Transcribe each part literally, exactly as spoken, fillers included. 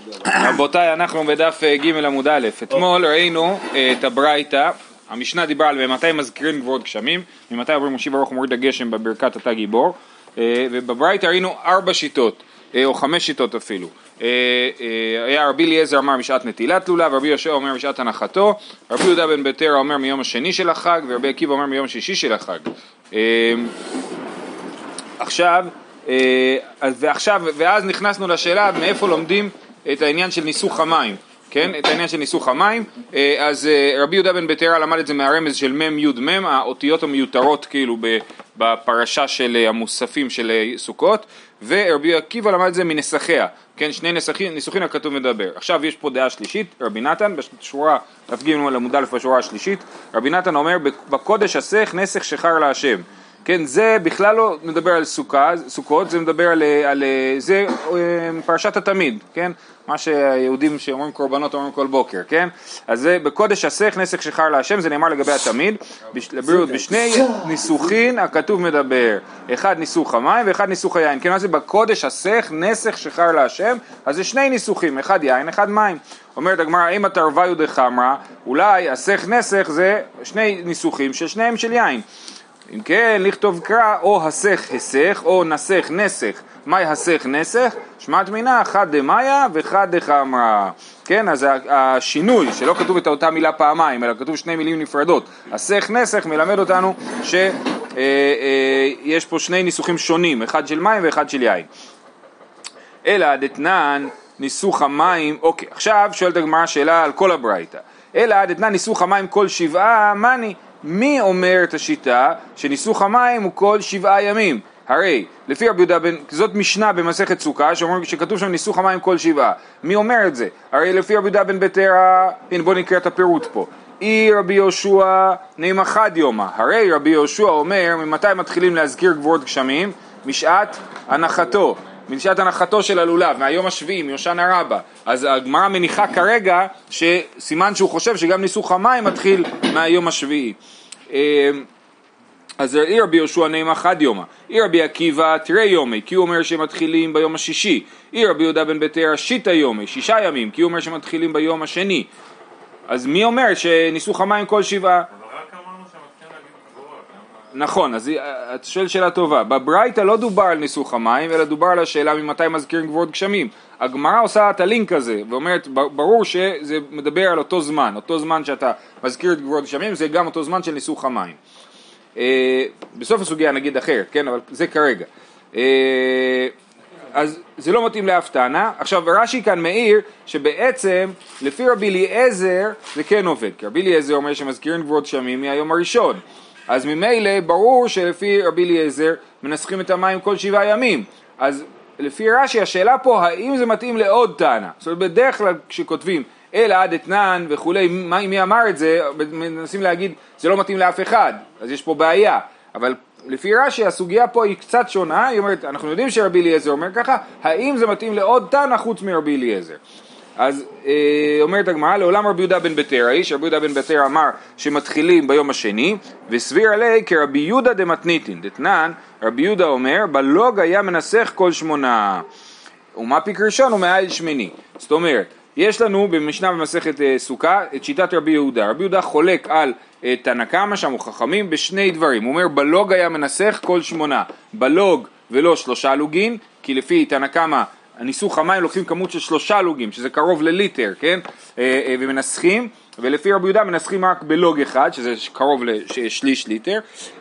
רבותיי, אנחנו בדף ג' עמוד א', אתמול ראינו את הברייתא, המשנה דיברה על ממתי מזכירים גבורות גשמים, ממתי עוברים מושיב ארוך ומוריד הגשם בברכת אתה גיבור, ובברייתא ראינו ארבע שיטות, או חמש שיטות אפילו. היה רבי אליעזר אמר בשעת נטילת תלולה, ורבי יהושע אומר בשעת הנחתו, רבי יהודה בן בתרא אומר מיום השני של החג, ורבי עקיבא אומר מיום השישי של החג. עכשיו, ועכשיו, ואז נכנסנו לשאלה מאיפה לומדים את העניין של ניסוך המים, כן? את העניין של ניסוך המים. אז רבי יהודה בן בתרא למד את זה מהרמז של מם יוד מם, האותיות המיותרות כאילו בפרשה של המוספים של סוכות, ורבי עקיבא למד את זה מנסחיה, כן? שני נסחים, ניסוחים הכתוב מדבר. עכשיו יש פה דעה שלישית, רבי נתן, בשורה, תפגינו לעמוד א' בשורה השלישית, רבי נתן אומר, בקודש הסך נסך שחר להשם. כן, זה בכלל לא מדבר על סוכה, סוכות, זה מדבר על, על זה פרשת התמיד, כן? מה שהיהודים שאומרים קורבנות אומרים כל בוקר, כן? אז זה בקודש הסך נסך שחר להשם, זה נאמר לגבי התמיד, לבריאות, בשני ניסוחין הכתוב מדבר, אחד ניסוך המים ואחד ניסוך היין, כן? מה זה בקודש הסך נסך שחר להשם? אז זה שני ניסוחים, אחד יין, אחד מים. אומרת הגמרא, אם התרווה יודחמרה, אולי הסך נסך זה שני ניסוחים של שניהם של יין. אם כן, לכתוב קרא, או הסך הסך, או נסך נסך. מהי הסך נסך? שמעת מינה, חד דמיה וחד דחמרה. כן, אז השינוי, שלא כתוב את אותה מילה פעמיים, אלא כתוב שני מילים נפרדות. הסך נסך מלמד אותנו שיש פה שני ניסוחים שונים, אחד של מים ואחד של יין. אלא דתנן ניסוך המים, אוקיי, עכשיו שואלת הגמרא שאלה על כל הברייתא. אלא דתנן ניסוך המים כל שבעה, מני? מי אומר את השיטה שניסוך המים הוא כל שבעה ימים? הרי לפי רבי יהודה בן, זאת משנה במסכת סוכה שאומר שכתוב שם ניסוך המים כל שבעה. מי אומר את זה? הרי לפי רבי יהודה בן בתרא, הנה בוא נקרא את הפירוט פה. אי רבי יהושע נעים אחד יומה. הרי רבי יהושע אומר ממתי מתחילים להזכיר גבורות גשמים? משעת הנחתו. משעת הנחתו של הלולב, מהיום השביעי, מיושנה רבה. אז הגמרא מניחה כרגע שסימן שהוא חושב שגם ניסוך המים מתחיל מהיום השביעי. אז אי רבי יהושע נעים אחד יומה. אי רבי עקיבא תראה יומי, כי הוא אומר שמתחילים ביום השישי. אי רבי יהודה בן בתרא שיטה יומי, שישה ימים, כי הוא אומר שמתחילים ביום השני. אז מי אומר שניסוך המים כל שבעה? נכון, אז את שואלת שאלה טובה. בברייתא לא דובר על ניסוך המים, אלא דובר על השאלה ממתי מזכירים גבורות גשמים. הגמרא עושה את הלינק הזה, ואומרת, ברור שזה מדבר על אותו זמן, אותו זמן שאתה מזכיר את גבורות גשמים, זה גם אותו זמן של ניסוך המים. בסוף הסוגיה נגיד אחרת, כן, אבל זה כרגע. אז זה לא מתאים לאף טענה. עכשיו רש"י כאן מעיר שבעצם לפי רבי אליעזר זה כן עובד, כי רבי אליעזר אומר שמזכירים גבורות גשמים מהיום הראשון. אז ממילא ברור שלפי רבי אליעזר מנסחים את המים כל שבעה ימים. אז לפי רש"י השאלה פה האם זה מתאים לעוד טענה. זאת אומרת בדרך כלל כשכותבים אלא עד אתנן וכולי, מי אמר את זה, מנסים להגיד זה לא מתאים לאף אחד, אז יש פה בעיה. אבל לפי רש"י הסוגיה פה היא קצת שונה, היא אומרת אנחנו יודעים שרבי אליעזר אומר ככה, האם זה מתאים לעוד טענה חוץ מרבי אליעזר. אז אה, אומרת הגמרא, לעולם רבי יהודה בן בתרא, איש רבי יהודה בן בתרא אמר שמתחילים ביום השני, וסביר עלי כרבי יהודה דמתניתין, דתנן, רבי יהודה אומר, בלוג היה מנסח כל שמונה, ומה פיק ראשון ומעיל שמיני. זאת אומרת, יש לנו במשנה במסכת אה, סוכה את שיטת רבי יהודה, רבי יהודה חולק על אה, תנא קמא שם וחכמים בשני דברים, הוא אומר בלוג היה מנסח כל שמונה, בלוג ולא שלושה לוגין, כי לפי תנא קמא הניסוך המים לוקחים כמות של שלושה לוגים, שזה קרוב לליטר, כן? ומנסחים, ולפי רבי יהודה מנסחים רק בלוג אחד, שזה קרוב לשליש ליטר.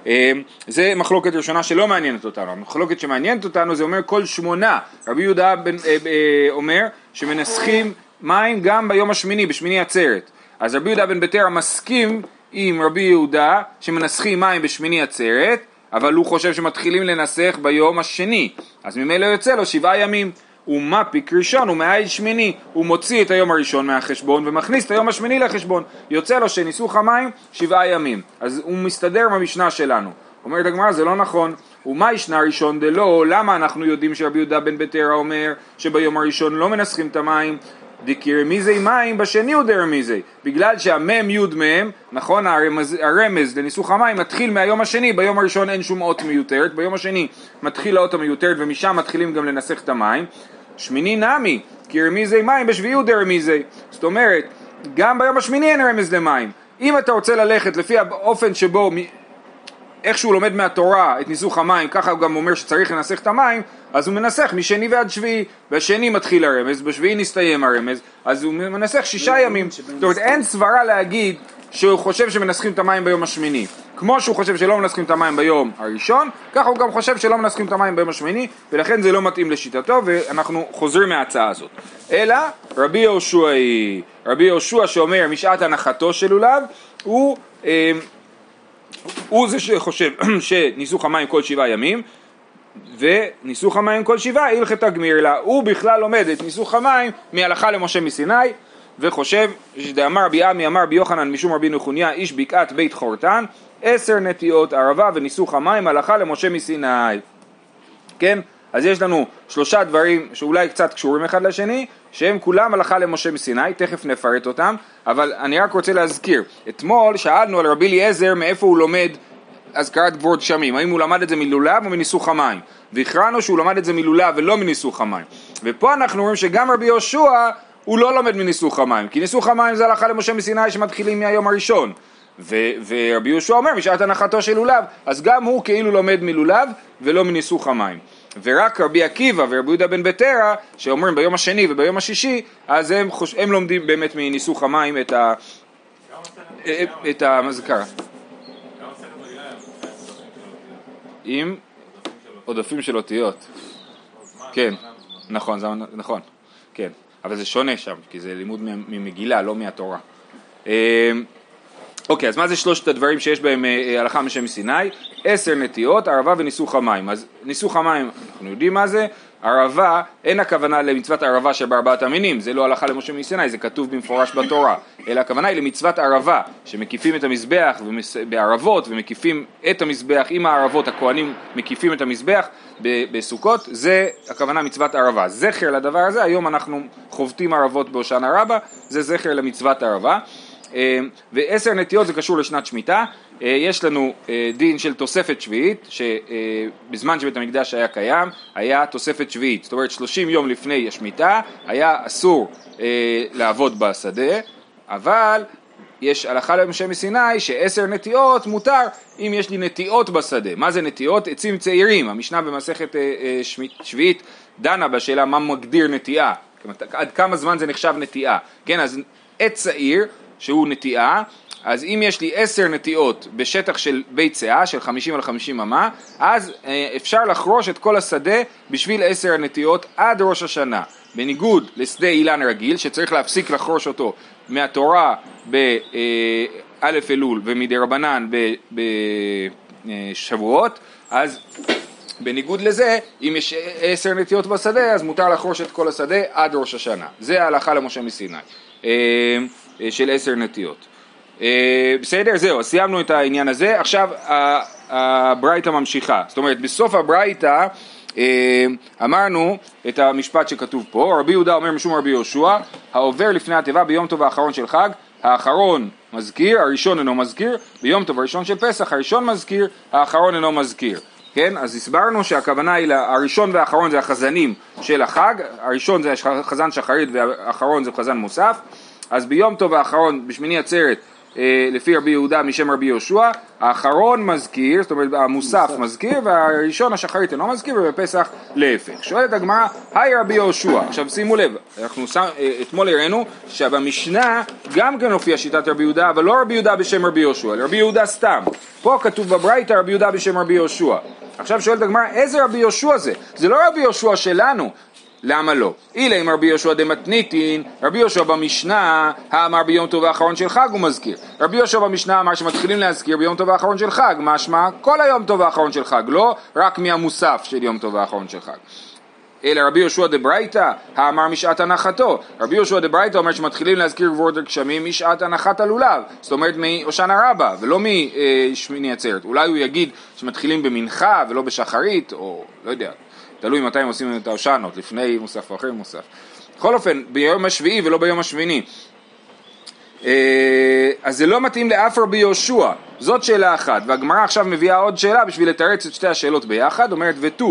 זה מחלוקת ראשונה שלא מעניינת אותנו. המחלוקת שמעניינת אותנו זה אומר כל שמונה. רבי יהודה אומר שמנסחים מים גם ביום השמיני, בשמיני עצרת. אז רבי יהודה בן בתרא מסכים עם רבי יהודה שמנסחים מים בשמיני עצרת, אבל הוא חושב שמתחילים לנסח ביום השני. אז ממילא יוצא לו שבעה ימים. ומה פיק ראשון ומעיל שמיני, הוא מוציא את היום הראשון מהחשבון ומכניס את היום השמיני לחשבון, יוצא לו שניסוך המים שבעה ימים. אז הוא מסתדר במשנה שלנו. אומרת הגמרא זה לא נכון. ומה ישנה ראשון דלא, למה אנחנו יודעים שרבי יהודה בן בתרא אומר שביום הראשון לא מנסחים את המים? דקרמיזי מים בשני הוא דרמיזי, בגלל שהמם יוד מם, נכון, הרמז, הרמז לניסוך המים מתחיל מהיום השני, ביום הראשון אין שום אות מיותרת, ביום השני מתחיל האות המיותרת ומשם מתחילים גם לנסח את המים, שמיני נמי, כי רמיזי מים בשביעי דרמיזי. זאת אומרת, גם ביום השמיני אין רמז למים. אם אתה רוצה ללכת לפי האופן שבו, איך שהוא לומד מהתורה את ניסוך המים, ככה הוא גם אומר שצריך לנסח את המים, אז הוא מנסח משני ועד שביעי, בשני מתחיל הרמז, בשביעי נסתיים הרמז, אז הוא מנסח שישה ימים. זאת אומרת, אין סברה להגיד שהוא חושב שמנסחים את המים ביום השמיני. כמו שהוא חושב שלא מנסחים את המים ביום הראשון, ככה הוא גם חושב שלא מנסחים את המים ביום השמיני, ולכן זה לא מתאים לשיטתו, ואנחנו חוזרים מההצעה הזאת. אלא, רבי יהושע, רבי יהושע שאומר משעת הנחתו של לולב, הוא, אה, הוא זה שחושב שניסוך המים כל שבעה ימים, וניסוך המים כל שבעה הלכתא גמירא. הוא בכלל לומד את ניסוך המים מהלכה למשה מסיני, וחושב שדאמר רבי עמי אמר רבי יוחנן משום רבי נחוניה איש בקעת בית חורתן, עשר נטיעות ערבה וניסוך המים הלכה למשה מסיני. כן? אז יש לנו שלושה דברים שאולי קצת קשורים אחד לשני, שהם כולם הלכה למשה מסיני, תכף נפרט אותם, אבל אני רק רוצה להזכיר, אתמול שאלנו על רבי אליעזר מאיפה הוא לומד אזכרת גבורת גשמים, האם הוא למד את זה מלולב או מניסוך המים, והכרענו שהוא למד את זה מלולב ולא מניסוך המים, ופה אנחנו רואים שגם רבי יהושע הוא לא לומד מניסוך המים, כי ניסוך המים זה הלכה למשה מסיני שמתחילים מהיום הראשון, ו- ורבי יהושע אומר משעת הנחתו של לולב, אז גם הוא כאילו לומד מלולב ולא מניסוך המים. ורק רבי עקיבא ורבי יהודה בן בטרה שאומרים ביום השני וביום השישי, אז הם, חוש... הם לומדים באמת מניסוך המים את ה... את המזכרה. עם עודפים של אותיות. כן, נכון, זה נכון, כן. אבל זה שונה שם, כי זה לימוד ממגילה, לא מהתורה. אוקיי, אז מה זה שלושת הדברים שיש בהם הלכה משם מסיני? עשר נטיעות, ערבה וניסוך המים. אז ניסוך המים, אנחנו יודעים מה זה? ערבה, אין הכוונה למצוות ערבה שבארבעת המינים, זה לא הלכה למשה מסיני, זה כתוב במפורש בתורה, אלא הכוונה היא למצוות ערבה, שמקיפים את המזבח בערבות ומקיפים את המזבח עם הערבות, הכהנים מקיפים את המזבח בסוכות, זה הכוונה מצוות ערבה. זכר לדבר הזה, היום אנחנו חובטים ערבות בהושענא רבה, זה זכר למצוות ערבה. ועשר נטיות זה קשור לשנת שמיטה. יש לנו דין של תוספת שביעית, שבזמן שבית המקדש היה קיים, היה תוספת שביעית, זאת אומרת שלושים יום לפני השמיטה, היה אסור לעבוד בשדה, אבל יש הלכה למשה מסיני שעשר נטיעות מותר אם יש לי נטיעות בשדה. מה זה נטיעות? עצים צעירים. המשנה במסכת שביעית דנה בשאלה מה מגדיר נטיעה, עד כמה זמן זה נחשב נטיעה. כן, אז עץ צעיר שהוא נטיעה, אז אם יש לי עשר נטיעות בשטח של בית סאה של חמישים על חמישים אמה, אז אפשר לחרוש את כל השדה בשביל עשר הנטיעות עד ראש השנה. בניגוד לשדה אילן רגיל שצריך להפסיק לחרוש אותו מהתורה באלף אלול ומדי רבנן בשבועות, אז בניגוד לזה, אם יש עשר נטיעות בשדה, אז מותר לחרוש את כל השדה עד ראש השנה. זה ההלכה למשה מסיני של עשר נטיות. בסדר, זהו, סיימנו את העניין הזה. עכשיו הברייתא ממשיכה. זאת אומרת, בסוף הברייתא אמרנו את המשפט שכתוב פה, רבי יהודה אומר משום רבי יהושע, העובר לפני התיבה ביום טוב האחרון של חג, האחרון מזכיר, הראשון אינו מזכיר, ביום טוב הראשון של פסח, הראשון מזכיר, האחרון אינו מזכיר. כן, אז הסברנו שהכוונה היא, הראשון והאחרון זה החזנים של החג, הראשון זה חזן שחרית והאחרון זה חזן מוסף, אז ביום טוב האחרון, בשמיני עצרת, לפי רבי יהודה משם רבי יהושע, האחרון מזכיר, זאת אומרת המוסף מזכיר, והראשון השחרית אינו מזכיר, ובפסח להפך. שואלת הגמרא, היי רבי יהושע, עכשיו שימו לב, אנחנו אתמול הראינו שבמשנה גם כן הופיע שיטת רבי יהודה, אבל לא רבי יהודה בשם רבי יהושע, אלא רבי יהודה סתם. פה כתוב בברייתא רבי יהודה בשם רבי יהושע. עכשיו שואלת הגמרא, איזה רבי יהושע זה? זה לא רבי יהושע שלנו. למה לא? אילה אם רבי יהושע דמתניתין, רבי יהושע במשנה האמר ביום טוב האחרון של חג הוא מזכיר. רבי יהושע במשנה אמר שמתחילים להזכיר ביום טוב האחרון של חג, משמע כל היום טוב האחרון של חג, לא רק מהמוסף של יום טוב האחרון של חג. אלא רבי יהושע דברייתא האמר משעת הנחתו. רבי יהושע דברייתא אומר שמתחילים להזכיר גבורת הגשמים משעת הנחת הלולב, זאת אומרת מהושענא רבה ולא משמיני עצרת. אולי הוא יגיד שמתחילים במנחה ולא בשחרית, או לא יודע, תלוי מתי הם עושים את ההושענות, לפני מוסף או אחרי מוסף. בכל אופן, ביום השביעי ולא ביום השמיני. אז זה לא מתאים לאף רבי יהושע, זאת שאלה אחת. והגמרא עכשיו מביאה עוד שאלה בשביל לתרץ את שתי השאלות ביחד, אומרת ותו,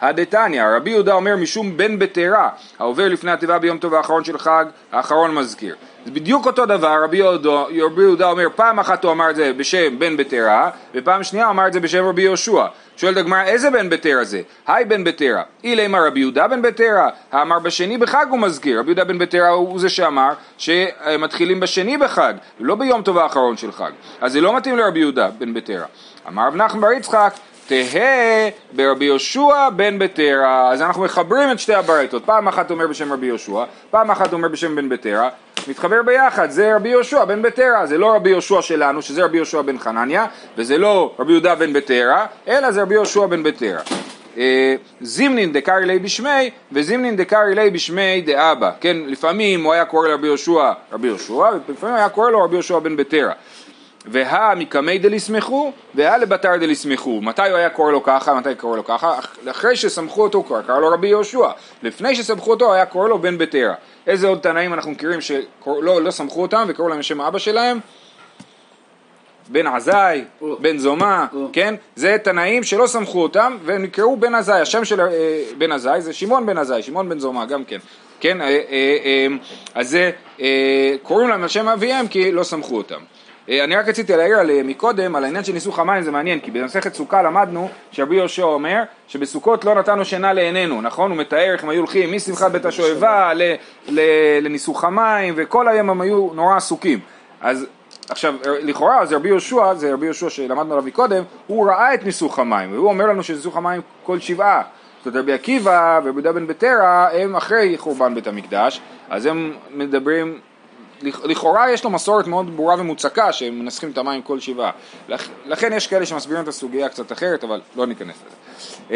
הדתניא, רבי יהודה אומר משום בן בתרה, העובר לפני התיבה ביום טוב האחרון של חג, האחרון מזכיר. זה בדיוק אותו דבר, רבי יהודה, רבי יהודה אומר, פעם אחת הוא אמר את זה בשם בן בתרה, ופעם שנייה הוא אמר את זה בשם רבי יהושע. שואלת הגמרא, איזה בן בתרה זה? היי בן בתרה. אילי אמר רבי יהודה בן בתרה, האמר בשני בחג הוא מזכיר. רבי יהודה בן בתרה הוא זה שאמר שמתחילים בשני בחג, לא ביום טוב האחרון של חג. אז זה לא מתאים לרבי יהודה בן בתרה. אמר רב נחמן בר יצחק, תהה ברבי יהושע בן בתרה. אז אנחנו מחברים את שתי הברייתות, פעם אחת אומר בשם רבי יהושע, פעם אחת אומר בשם בן בתרה, מתחבר ביחד, זה רבי יהושע בן בתרה, זה לא רבי יהושע שלנו, שזה רבי יהושע בן חנניה, וזה לא רבי יהודה בן בתרה, אלא זה רבי יהושע בן בתרה. זימנין דקרי לי בשמי, וזימנין דקרי לי בשמי דאבא. כן, לפעמים הוא היה קורא לרבי יהושע רבי יהושע, ולפעמים היה קורא לו רבי יהושע בן בתרה. והא מקמי דליסמכו, והא לבתר דליסמכו. מתי הוא היה קורא לו ככה, מתי קורא לו ככה? אחרי שסמכו אותו קורא, קרא לו רבי יהושע. לפני שסמכו אותו היה קורא לו בן בתרה. איזה עוד תנאים אנחנו מכירים שלא לא סמכו אותם וקראו להם שם אבא שלהם? בן עזאי, oh. בן זומה, oh. כן? זה תנאים שלא סמכו אותם והם נקראו בן עזאי. השם של אה, בן עזאי זה שמעון בן עזאי, שמעון בן זומה גם כן. כן? אה, אה, אה, אז זה אה, קוראים להם על שם אביהם כי לא סמכו אותם. אני רק רציתי להעיר על מקודם, על העניין של ניסוך המים, זה מעניין, כי במסכת סוכה למדנו שרבי יהושע אומר שבסוכות לא נתנו שינה לעינינו, נכון? הוא מתאר איך הם היו הולכים משמחת בית השואבה לניסוך המים, וכל היום הם היו נורא עסוקים. אז עכשיו, לכאורה, זה רבי יהושע, זה רבי יהושע שלמדנו עליו מקודם, הוא ראה את ניסוך המים, והוא אומר לנו שניסוך המים כל שבעה. זאת אומרת, רבי עקיבא ורבי יהודה בן בתרה הם אחרי חורבן בית המקדש, אז הם מדברים... לכאורה יש לו מסורת מאוד ברורה ומוצקה שהם מנסחים את המים כל שבעה. לכן יש כאלה שמסבירים את הסוגיה קצת אחרת, אבל לא ניכנס לזה.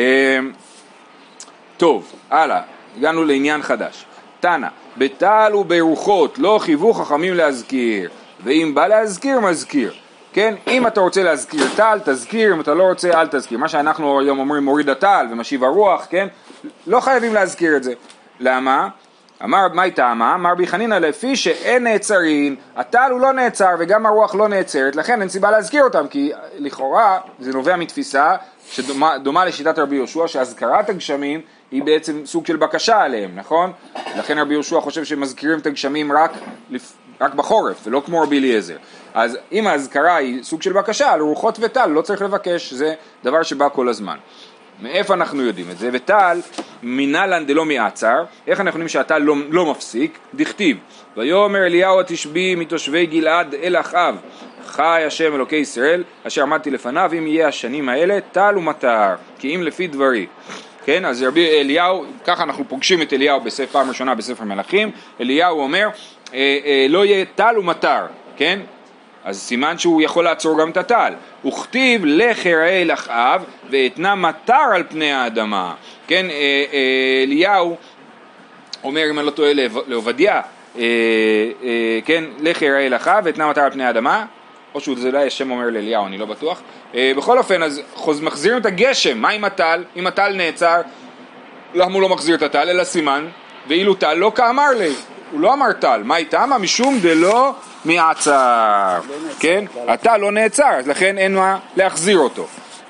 טוב, הלאה, הגענו לעניין חדש. תנא, בטל וברוחות לא חייבו חכמים להזכיר, ואם בא להזכיר, מזכיר. כן, אם אתה רוצה להזכיר טל, תזכיר, אם אתה לא רוצה, אל תזכיר. מה שאנחנו היום אומרים מוריד הטל ומשיב הרוח, כן? לא חייבים להזכיר את זה. למה? אמר, מה הייתה מה? אמר בי חנינא לפי שאין נעצרין, הטל הוא לא נעצר וגם הרוח לא נעצרת, לכן אין סיבה להזכיר אותם, כי לכאורה זה נובע מתפיסה שדומה לשיטת רבי יהושע, שהזכרת הגשמים היא בעצם סוג של בקשה עליהם, נכון? לכן רבי יהושע חושב שמזכירים את הגשמים רק, רק בחורף, ולא כמו רבי אליעזר. אז אם ההזכרה היא סוג של בקשה, על רוחות וטל לא צריך לבקש, זה דבר שבא כל הזמן. מאיפה אנחנו יודעים את זה? וטל מנהלן דלא מעצר. איך אנחנו יודעים שהטל לא, לא מפסיק? דכתיב ויאמר אליהו התשבי מתושבי גלעד אל אחאב, חי השם אלוקי ישראל אשר עמדתי לפניו, אם יהיה השנים האלה טל ומטר, כי אם לפי דברי. כן, אז רבי אליהו, ככה אנחנו פוגשים את אליהו בספר, פעם ראשונה בספר מלכים. אליהו אומר אה, אה, לא יהיה טל ומטר, כן? אז סימן שהוא יכול לעצור גם את הטל. וכתיב לך יראה אל אחאב ואתנה מטר על פני האדמה. כן, אליהו אומר, אם אני לא טועה, לעובדיה, כן, לך יראה אל אחאב ואתנה מטר על פני האדמה, או שזה אולי השם אומר לאליהו, אני לא בטוח. בכל אופן, אז מחזירים את הגשם. מה עם הטל? אם הטל נעצר, למה הוא לא מחזיר את הטל? אלא סימן, ואילו טל לא כאמר לי. הוא לא אמר טל, מה איתה? מה? משום דלא מעצר, כן? הטל לא נעצר, אז לכן אין מה להחזיר אותו.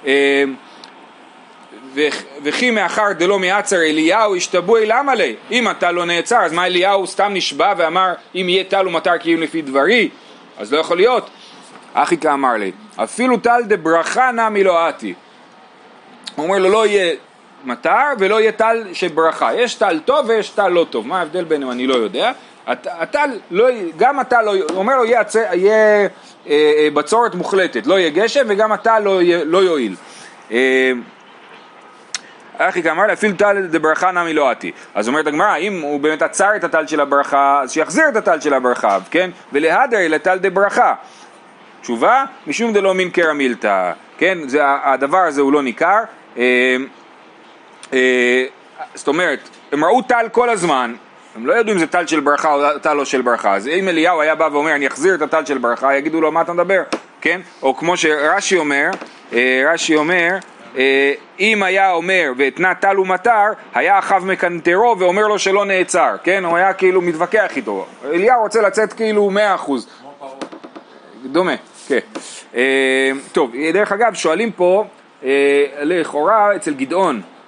וכי מאחר דלא מעצר אליהו השתבו אליו עלי. אם הטל לא נעצר, אז מה אליהו סתם נשבע ואמר אם יהיה טל ומטר כי אם לפי דברי? אז לא יכול להיות. אחי כאמר לי, אפילו טל דברכה נמי לא עתי. הוא אומר לו לא יהיה מטר ולא יהיה טל של ברכה. יש טל טוב ויש טל לא טוב. מה ההבדל ביניהם אני לא יודע. הטל, לא, גם הטל לא, הוא אומר לו יהיה, יהיה אה, בצורת מוחלטת, לא יהיה גשם וגם הטל לא, לא יועיל. אה, אחי כאמר אפילו טל דברכה נמי לא עתי. אז אומרת הגמרא, אם הוא באמת עצר את הטל של הברכה, אז שיחזיר את הטל של הברכה, כן? ולהדר לטל דברכה. תשובה, משום דלא מין קרמילתא, כן? זה, הדבר הזה הוא לא ניכר. אה, אה, זאת אומרת, הם ראו טל כל הזמן, הם לא ידעו אם זה טל של ברכה או טל לא של ברכה, אז אם אליהו היה בא ואומר אני אחזיר את הטל של ברכה, יגידו לו מה אתה מדבר, כן? או כמו שרש"י אומר, רש"י אומר, אם היה אומר ואתנה טל ומטר, היה אחאב מקנטרו ואומר לו שלא נעצר, כן? הוא היה כאילו מתווכח איתו, אליהו רוצה לצאת כאילו מאה אחוז. דומה, כן. טוב, דרך אגב, שואלים פה, לכאורה אצל גדעון,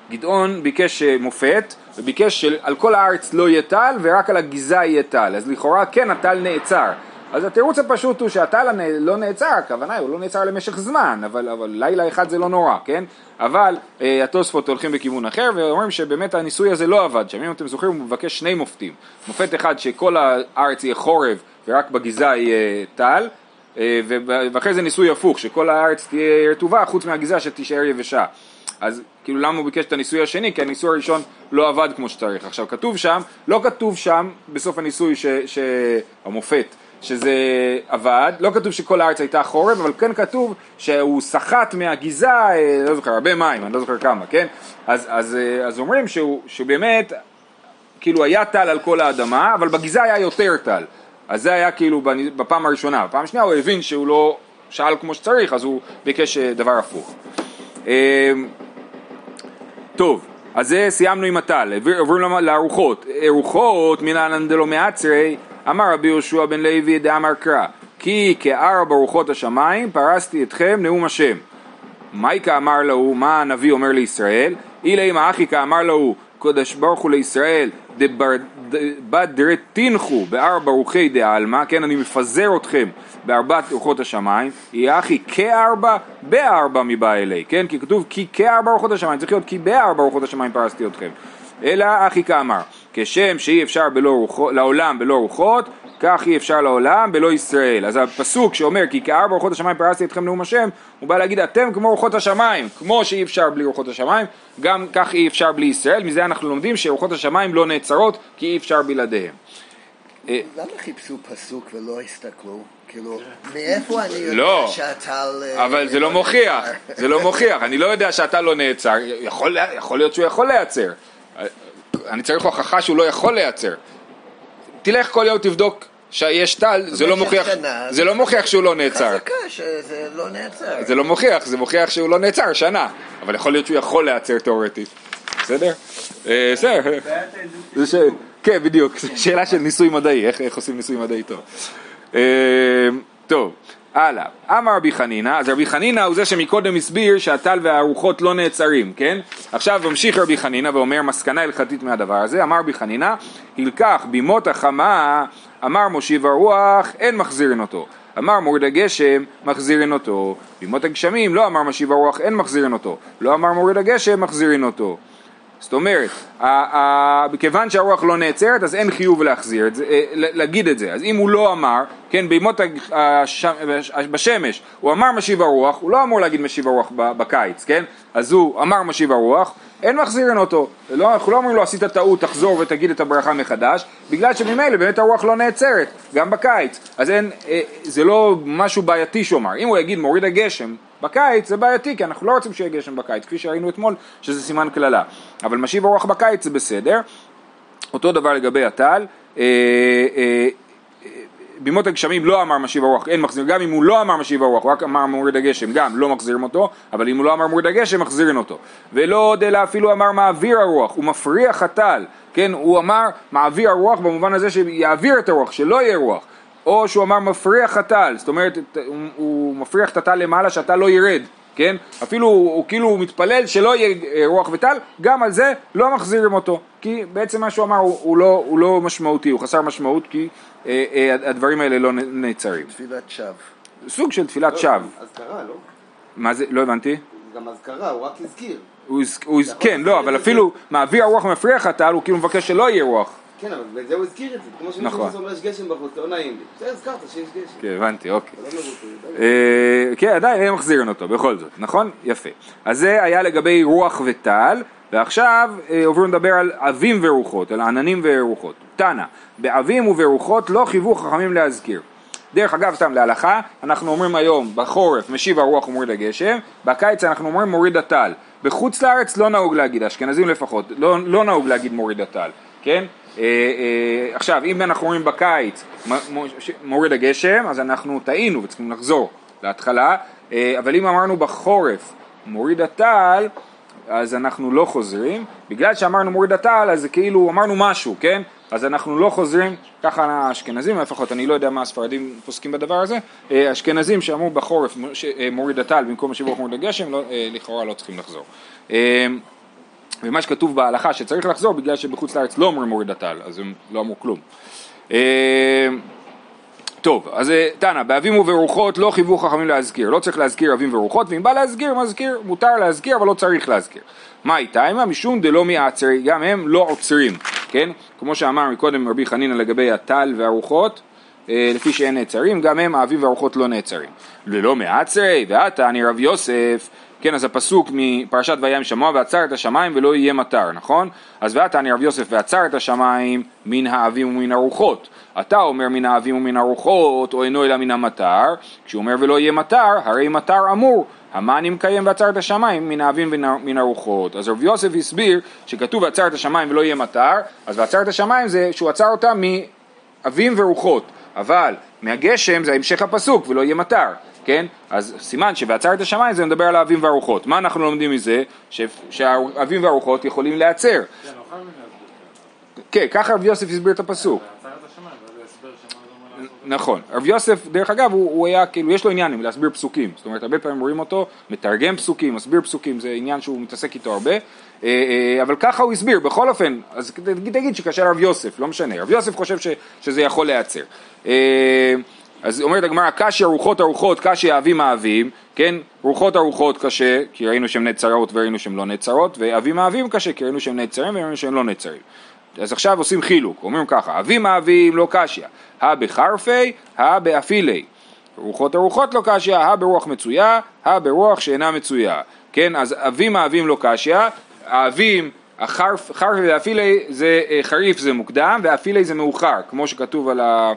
גדעון ביקש מופת, וביקש שעל כל הארץ לא יהיה טל, ורק על הגיזה יהיה טל, אז לכאורה כן הטל נעצר. אז התירוץ הפשוט הוא שהטל לא נעצר, הכוונה הוא לא נעצר למשך זמן, אבל, אבל לילה אחד זה לא נורא, כן? אבל אה, התוספות הולכים בכיוון אחר, ואומרים שבאמת הניסוי הזה לא עבד שם. אם אתם זוכרים, הוא מבקש שני מופתים. מופת אחד שכל הארץ יהיה חורב, ורק בגיזה יהיה טל, אה, ואחרי זה ניסוי הפוך, שכל הארץ תהיה רטובה, חוץ מהגיזה שתישאר יבשה. אז כאילו למה הוא ביקש את הניסוי השני? כי הניסוי הראשון לא עבד כמו שצריך. עכשיו כתוב שם, לא כתוב שם בסוף הניסוי ש, ש, המופת, שזה עבד, לא כתוב שכל הארץ הייתה חורב, אבל כן כתוב שהוא סחט מהגיזה, לא זוכר, הרבה מים, אני לא זוכר כמה, כן? אז, אז, אז אומרים שהוא, שבאמת, כאילו היה טל על כל האדמה, אבל בגיזה היה יותר טל. אז זה היה כאילו בפעם הראשונה. בפעם השנייה הוא הבין שהוא לא שאל כמו שצריך, אז הוא ביקש דבר הפוך. טוב, אז זה סיימנו עם הטל, עוברים לארוחות. ארוחות מנהלן דלא מעצרי, אמר רבי יהושע בן לוי דאמר קרא, כי כארבע רוחות השמיים פרסתי אתכם נאום השם. מייקה אמר לו, מה הנביא אומר לישראל? אילי מאחיקה אמר לו, קודש ברוך הוא לישראל, בדרתינחו בארבע רוחי דעלמא, כן, אני מפזר אתכם בארבעת רוחות השמיים, יהיה אחי כארבע בארבע מבא אלי, כן, כי כתוב כי כארבע רוחות השמיים, צריך להיות כי בארבע רוחות השמיים פרסתי אתכם. אלא אחי כאמר, כשם שאי אפשר בלא רוחות, לעולם בלא רוחות, כך אי אפשר לעולם בלא ישראל. אז הפסוק שאומר כי כארבע רוחות השמיים פרסתי אתכם נאום השם, הוא בא להגיד אתם כמו רוחות השמיים, כמו שאי אפשר בלי רוחות השמיים, גם כך אי אפשר בלי ישראל. מזה אנחנו לומדים שרוחות השמיים לא נעצרות כי אי אפשר בלעדיהם. למה חיפשו פסוק ולא הסתכלו? כאילו, מאיפה אני יודע שהטל... אבל זה לא מוכיח, זה לא מוכיח, אני לא יודע שהטל לא נעצר, יכול להיות שהוא יכול להיעצר, אני צריך הוכחה שהוא לא יכול להיעצר. תלך כל יום תבדוק שיש טל, זה לא מוכיח, זה לא מוכיח שהוא לא נעצר. חזקה שזה לא נעצר. זה לא מוכיח, זה מוכיח שהוא לא נעצר שנה, אבל יכול להיות שהוא יכול להיעצר תיאורטית. בסדר? בסדר. כן, בדיוק, שאלה של ניסוי מדעי, איך עושים ניסוי מדעי טוב. טוב, הלאה. אמר רבי חנינא, אז רבי חנינא הוא זה שמקודם הסביר שהטל והרוחות לא נעצרים, כן? עכשיו ממשיך רבי חנינא ואומר מסקנה הלכתית מהדבר הזה. אמר רבי חנינא, הלקח בימות החמה, אמר מושיב הרוח, אין מחזירין אותו. אמר מוריד הגשם, מחזירין אותו. בימות הגשמים לא אמר משיב הרוח, אין מחזירין אותו. לא אמר מוריד הגשם, מחזירין אותו. זאת אומרת, כיוון שהרוח לא נעצרת, אז אין חיוב להחזיר את זה, להגיד את זה. אז אם הוא לא אמר, כן, בימות בשמש, הוא אמר משיב הרוח, הוא לא אמור להגיד משיב הרוח בקיץ, כן? אז הוא אמר משיב הרוח, אין מחזירין אותו. לא, אנחנו לא אומרים לו, עשית טעות, תחזור ותגיד את הברכה מחדש, בגלל שממילא באמת הרוח לא נעצרת, גם בקיץ. אז אין, זה לא משהו בעייתי שאומר. אם הוא יגיד מוריד הגשם, בקיץ זה בעייתי, כי אנחנו לא רוצים שיהיה גשם בקיץ, כפי שראינו אתמול, שזה סימן כללה. אבל משיב הרוח בקיץ זה בסדר. אותו דבר לגבי הטל. בימות הגשמים לא אמר משיב הרוח, אין מחזיר. גם אם הוא לא אמר משיב הרוח, הוא רק אמר מוריד הגשם, גם לא מחזירים אותו, אבל אם הוא לא אמר מוריד הגשם, מחזירים אותו. ולא עוד אלא אפילו אמר מעביר הרוח, הוא מפריח הטל. כן, הוא אמר מעביר הרוח במובן הזה שיעביר את הרוח, שלא יהיה רוח. או שהוא אמר מפריח הטל, זאת אומרת, הוא, הוא מפריח את הטל למעלה, שהטל לא ירד, כן? אפילו הוא, הוא כאילו הוא מתפלל שלא יהיה רוח וטל, גם על זה לא מחזירים אותו, כי בעצם מה שהוא אמר הוא, הוא, לא, הוא לא משמעותי, הוא חסר משמעות, כי אה, אה, הדברים האלה לא נעצרים. תפילת שווא. סוג של תפילת לא, שווא. אזכרה, לא? מה זה? לא הבנתי. גם אזכרה, הוא רק הזכיר. הוא, הוא, כן, לא, אבל אפילו מעביר הרוח ומפריח הטל, הוא כאילו מבקש שלא יהיה רוח. כן, אבל בזה הוא הזכיר את זה, כמו שמישהו שאומר יש גשם בחוץ, לא נעים לי. זה הזכרת שיש גשם. כן, הבנתי, אוקיי. כן, עדיין הם מחזירים אותו, בכל זאת, נכון? יפה. אז זה היה לגבי רוח וטל, ועכשיו עוברים לדבר על אבים ורוחות, על עננים ורוחות. תנא, באבים וברוחות לא חייבו חכמים להזכיר. דרך אגב, סתם להלכה, אנחנו אומרים היום, בחורף משיב הרוח ומוריד הגשם, בקיץ אנחנו אומרים מוריד הטל. בחוץ לארץ לא נהוג להגיד, אשכנזים לפחות, לא, לא נהוג להגיד מוריד הטל, כן? אה, אה, עכשיו, אם אנחנו אומרים בקיץ מוריד הגשם, אז אנחנו טעינו וצריכים לחזור להתחלה, אה, אבל אם אמרנו בחורף מוריד הטל, אז אנחנו לא חוזרים, בגלל שאמרנו מוריד הטל, אז זה כאילו אמרנו משהו, כן? אז אנחנו לא חוזרים, ככה האשכנזים, לפחות אני לא יודע מה הספרדים פוסקים בדבר הזה, האשכנזים שאמרו בחורף מוריד הטל במקום משיב הרוח מוריד הגשם, לא, לכאורה לא צריכים לחזור. ומה שכתוב בהלכה שצריך לחזור בגלל שבחוץ לארץ לא אומרים מוריד הטל, אז הם לא אמרו כלום. טוב, אז תנא, באבים וברוחות לא חייבו חכמים להזכיר, לא צריך להזכיר אבים ורוחות, ואם בא להזכיר, מזכיר, מותר להזכיר, אבל לא צריך להזכיר. מה איתה? אם המשום דלא מעצרי, גם הם לא עוצרים, כן? כמו שאמר מקודם רבי חנינא לגבי הטל והרוחות, לפי שאין נעצרים, גם הם האבים והרוחות לא נעצרים. ולא מעצרי, ועתה אני רב יוסף, כן, אז הפסוק מפרשת וים שמוע ועצר את השמיים ולא יהיה מטר, נכון? אז ועתה אני רב יוסף ועצר את השמיים מן האבים ומן הרוחות. אתה אומר מן האבים ומן הרוחות, או אינו אלא מן המטר, כשהוא אומר ולא יהיה מטר, הרי מטר אמור. המה אני מקיים ועצר את השמיים מן האבים ומן הרוחות. אז רב יוסף הסביר שכתוב ועצר את השמיים ולא יהיה מטר, אז ועצר את השמיים זה שהוא עצר אותם מאבים ורוחות, אבל מהגשם זה המשך הפסוק ולא יהיה מטר. כן? אז סימן שבעצר את השמיים זה מדבר על האבים והרוחות. מה אנחנו לומדים מזה? ש... שהאבים והרוחות יכולים להיעצר. כן, ככה רב יוסף הסביר את הפסוק. נכון. רב יוסף, דרך אגב, הוא, הוא היה, כאילו, יש לו עניין להסביר פסוקים. זאת אומרת, הרבה פעמים רואים אותו, מתרגם פסוקים, מסביר פסוקים, זה עניין שהוא מתעסק איתו הרבה. אבל ככה הוא הסביר, בכל אופן, אז תגיד שקשה לרב יוסף, לא משנה. רב יוסף חושב ש... שזה יכול להיעצר. אז אומרת הגמרא, קשי הרוחות הרוחות, קשי האבים האבים, כן? רוחות הרוחות קשה, כי ראינו שהן נעצרות וראינו שהן לא נעצרות, ואבים האבים קשה, כי ראינו שהן נעצרים וראינו שהן לא נעצרים. אז עכשיו עושים חילוק, אומרים ככה, אבים האבים לא קשיה, הא בחרפי, הא באפילי. רוחות הרוחות לא קשיה, הא ברוח מצויה, הא ברוח שאינה מצויה. כן? אז אבים האבים לא קשיה, האבים, החרפ, חרפי ואפילי זה חריף זה מוקדם, ואפילי זה מאוחר, כמו שכתוב על ה...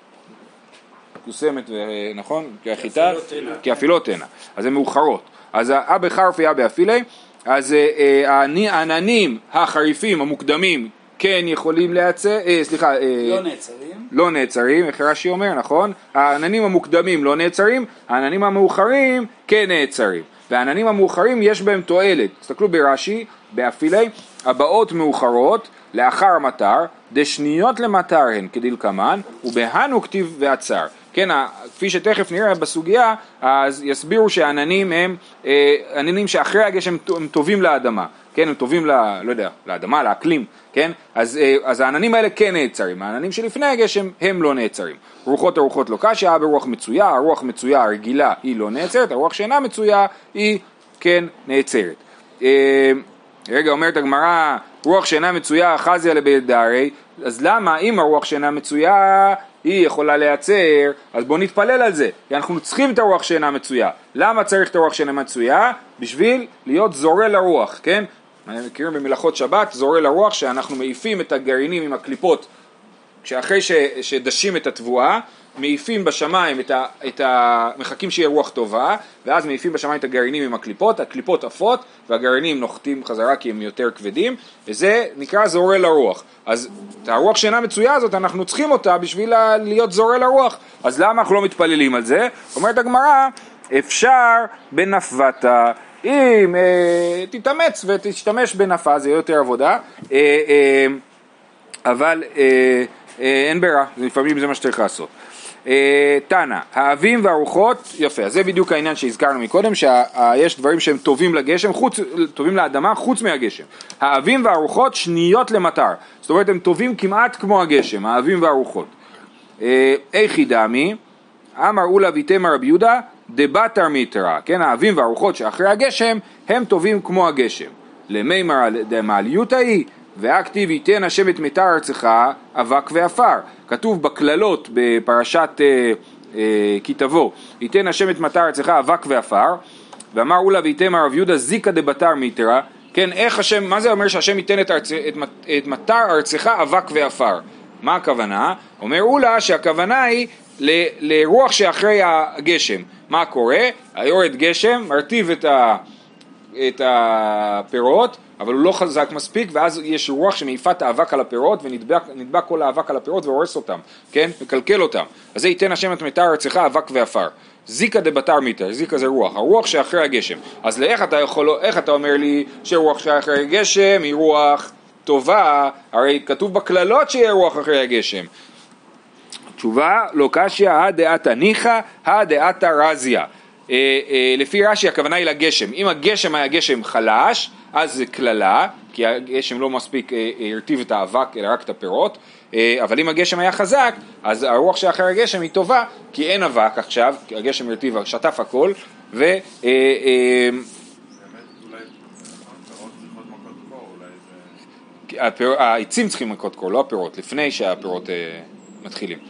קוסמת, נכון? כחיטה, כאפילות הנה. אז הן מאוחרות. אז אבא חרפי אבא אפילי, אז העננים החריפים המוקדמים כן יכולים להיעצר, סליחה, לא נעצרים. לא נעצרים, איך רש"י אומר, נכון? העננים המוקדמים לא נעצרים, העננים המאוחרים כן נעצרים. והעננים המאוחרים יש בהם תועלת. תסתכלו ברש"י, באפילי, הבאות מאוחרות לאחר מטר, דשניות למטר הן כדלקמן, ובהנו כתיב ועצר. כן, כפי שתכף נראה בסוגיה, אז יסבירו שהעננים הם עננים שאחרי הגשם הם טובים לאדמה, כן, הם טובים ל, לא יודע, לאדמה, לאקלים, כן, אז, אז העננים האלה כן נעצרים, העננים שלפני הגשם הם לא נעצרים. רוחות הרוחות לא קשיה, ברוח מצויה, הרוח מצויה הרגילה היא לא נעצרת, הרוח שאינה מצויה היא כן נעצרת. רגע, אומרת הגמרא, רוח שאינה מצויה חזיה לבדרי, אז למה אם הרוח שאינה מצויה היא יכולה להיעצר, אז בואו נתפלל על זה, כי אנחנו צריכים את הרוח שאינה מצויה. למה צריך את הרוח שאינה מצויה? בשביל להיות זורע לרוח, כן? מכירים במלאכות שבת, זורע לרוח, שאנחנו מעיפים את הגרעינים עם הקליפות, שאחרי ש, שדשים את התבואה, מעיפים בשמיים את ה, את ה, מחכים שיהיה רוח טובה, ואז מעיפים בשמיים את הגרעינים עם הקליפות, הקליפות עפות, והגרעינים נוחתים חזרה כי הם יותר כבדים, וזה נקרא זורע לרוח. אז את הרוח שאינה מצויה הזאת, אנחנו צריכים אותה בשביל להיות זורע לרוח. אז למה אנחנו לא מתפללים על זה? אומרת הגמרא, אפשר בנפתה, אם אה, תתאמץ ותשתמש בנפה, זה יותר עבודה, אה, אה, אבל אה, אה, אין ברירה, לפעמים זה מה שצריך לעשות. תנא, האבים והרוחות, יפה, אז זה בדיוק העניין שהזכרנו מקודם, שיש דברים שהם טובים לגשם, חוץ, טובים לאדמה חוץ מהגשם. האבים והרוחות שניות למטר, זאת אומרת הם טובים כמעט כמו הגשם, האבים והרוחות. איכי דמי, אמר אולה ויתמר רבי יהודה, דבטר מיתרא, כן, האבים והרוחות שאחרי הגשם הם טובים כמו הגשם. למימר דמעליותא היא, והכתיב ייתן השם את מיתר ארצך אבק ועפר. כתוב בכללות בפרשת אה, אה, כי תבוא, ייתן השם את מיתר ארצך אבק ועפר, ואמר אולה ויתמר רב יהודה זיקא דבטר מיתרא, כן, איך השם, מה זה אומר שהשם ייתן את, ארצ, את, את מיתר ארצך אבק ועפר? מה הכוונה? אומר אולה שהכוונה היא ל, לרוח שאחרי הגשם. מה קורה? היורד גשם מרטיב את, ה, את הפירות, אבל הוא לא חזק מספיק, ואז יש רוח שמעיפה את האבק על הפירות, ונדבק כל האבק על הפירות והורס אותם, כן? מקלקל אותם. אז זה ייתן השם את מיתר ארצך אבק ועפר. זיקא דבטר מיתר, זיקא זה רוח, הרוח שאחרי הגשם. אז לאיך אתה יכול, איך אתה אומר לי שרוח שאחרי הגשם היא רוח טובה? הרי כתוב בכללות שיהיה רוח אחרי הגשם. תשובה, לא קשיא, הדעתא ניחא, הדעתא רזיה. לפי רש"י הכוונה היא לגשם. אם הגשם היה גשם חלש, אז זה כללה, כי הגשם לא מספיק הרטיב את האבק, אלא רק את הפירות. אבל אם הגשם היה חזק, אז הרוח שאחר הגשם היא טובה, כי אין אבק עכשיו, כי הגשם הרטיב, שטף הכל, ו... העצים צריכים מכות קור, לא הפירות, לפני שהפירות מתחילים.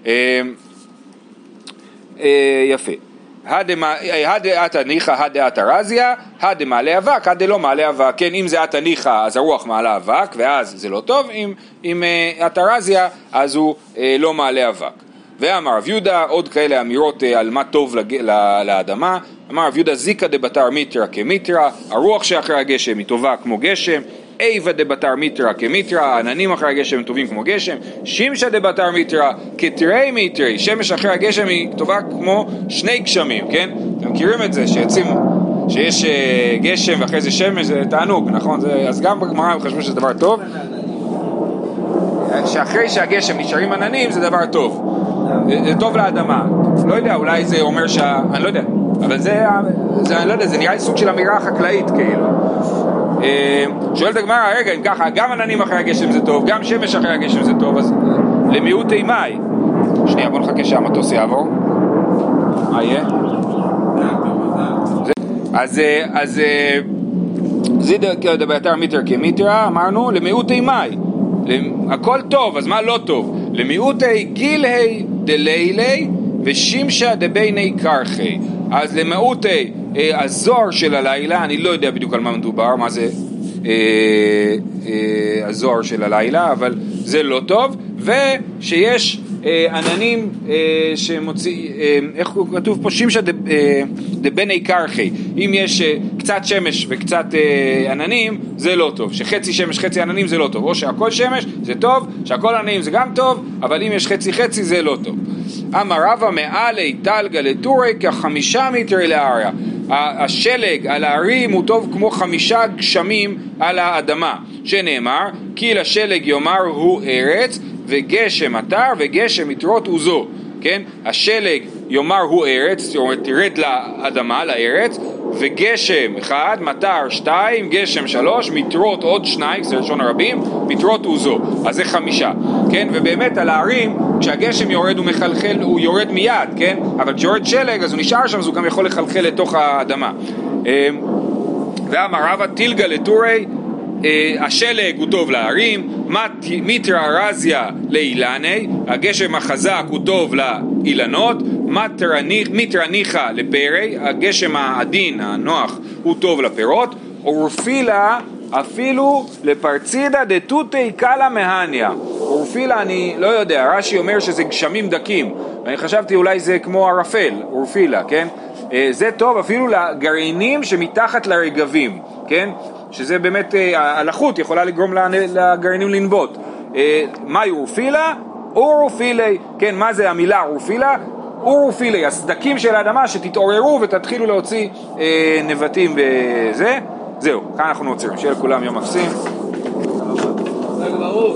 יפה. הדעת הניחה, הדעת הרזיה, הד מעלה אבק, הד לא מעלה אבק. כן, אם זה עת הניחה, אז הרוח מעלה אבק, ואז זה לא טוב. אם, אם עת הרזיה, אז הוא לא מעלה אבק. ואמר רב יהודה, עוד כאלה אמירות על מה טוב לג... לאדמה. אמר רב יהודה, זיקה דבתר מיטרה כמיטרה, הרוח שאחרי הגשם היא טובה כמו גשם. איבה דבתר מיטרה כמיטרה, העננים אחרי הגשם הם טובים כמו גשם. שימשה דבתר מיטרה כתרי מיטרי, שמש אחרי הגשם היא טובה כמו שני גשמים, כן? אתם מכירים את זה, שיוצאים, שיש גשם ואחרי זה שמש, זה תענוג, נכון? זה, אז גם בגמרא הם חשבו שזה דבר טוב. שאחרי שהגשם נשארים עננים זה דבר טוב. זה טוב לאדמה. לא יודע, אולי זה אומר שה... אני לא יודע. אבל זה, זה, אני לא יודע, זה נראה לי סוג של אמירה חקלאית, כאילו. שואלת הגמרא, רגע, אם ככה, גם עננים אחרי הגשם זה טוב, גם שמש אחרי הגשם זה טוב, אז למיעוט אימי. שנייה, בוא נחכה שהמטוס יעבור. מה יהיה? אז, אז, זה דבתר מיטר כמיטרה, אמרנו, למיעוט אימי. הכל טוב, אז מה לא טוב? למיעוטי גילי דלילי ושימשה דביני קרחי. אז למיעוטי הזוהר של הלילה, אני לא יודע בדיוק על מה מדובר, מה זה אה, אה, הזוהר של הלילה, אבל זה לא טוב, ושיש אה, עננים אה, שמוציא, אה, איך כתוב פה? שימשה דביני קרחי. אם יש אה, קצת שמש וקצת אה, עננים, זה לא טוב. שחצי שמש חצי עננים זה לא טוב. או שהכל שמש זה טוב, שהכל עננים זה גם טוב, אבל אם יש חצי חצי זה לא טוב. אמר רבא מעלי תלגה לטורי כחמישה מטרי לעריה. השלג על הערים הוא טוב כמו חמישה גשמים על האדמה, שנאמר כי לשלג יאמר הוא ארץ וגשם אתר וגשם יתרות עוזו. כן? השלג יאמר הוא ארץ, זאת אומרת תרד לאדמה, לארץ, וגשם אחד, מטר שתיים, גשם שלוש, מטרות עוד שניים, זה ראשון הרבים, מטרות עוזו. אז זה חמישה, כן? ובאמת על הערים, כשהגשם יורד הוא מחלחל, הוא יורד מיד, כן? אבל כשיורד שלג אז הוא נשאר שם, אז הוא גם יכול לחלחל לתוך האדמה. ואמר רבא תלגה לטורי, השלג הוא טוב לערים, מיטרה רזיה לאילני, הגשם החזק הוא טוב לאילנות, מיטרה ניחה לפרי, הגשם העדין, הנוח, הוא טוב לפירות, אורפילה אפילו לפרצידה דתותי קלה מהניה. אורפילה אני לא יודע, רש"י אומר שזה גשמים דקים, ואני חשבתי אולי זה כמו ערפל, אורפילה, כן? זה טוב אפילו לגרעינים שמתחת לרגבים, כן? שזה באמת, הלחות יכולה לגרום לגרעינים לנבוט. מה אורפילה? אורפילי, כן, מה זה המילה אורפילה? אורפילי, הסדקים של האדמה שתתעוררו ותתחילו להוציא אה, נבטים וזה. זהו, כאן אנחנו נוצרים, שיהיה לכולם יום מפסים.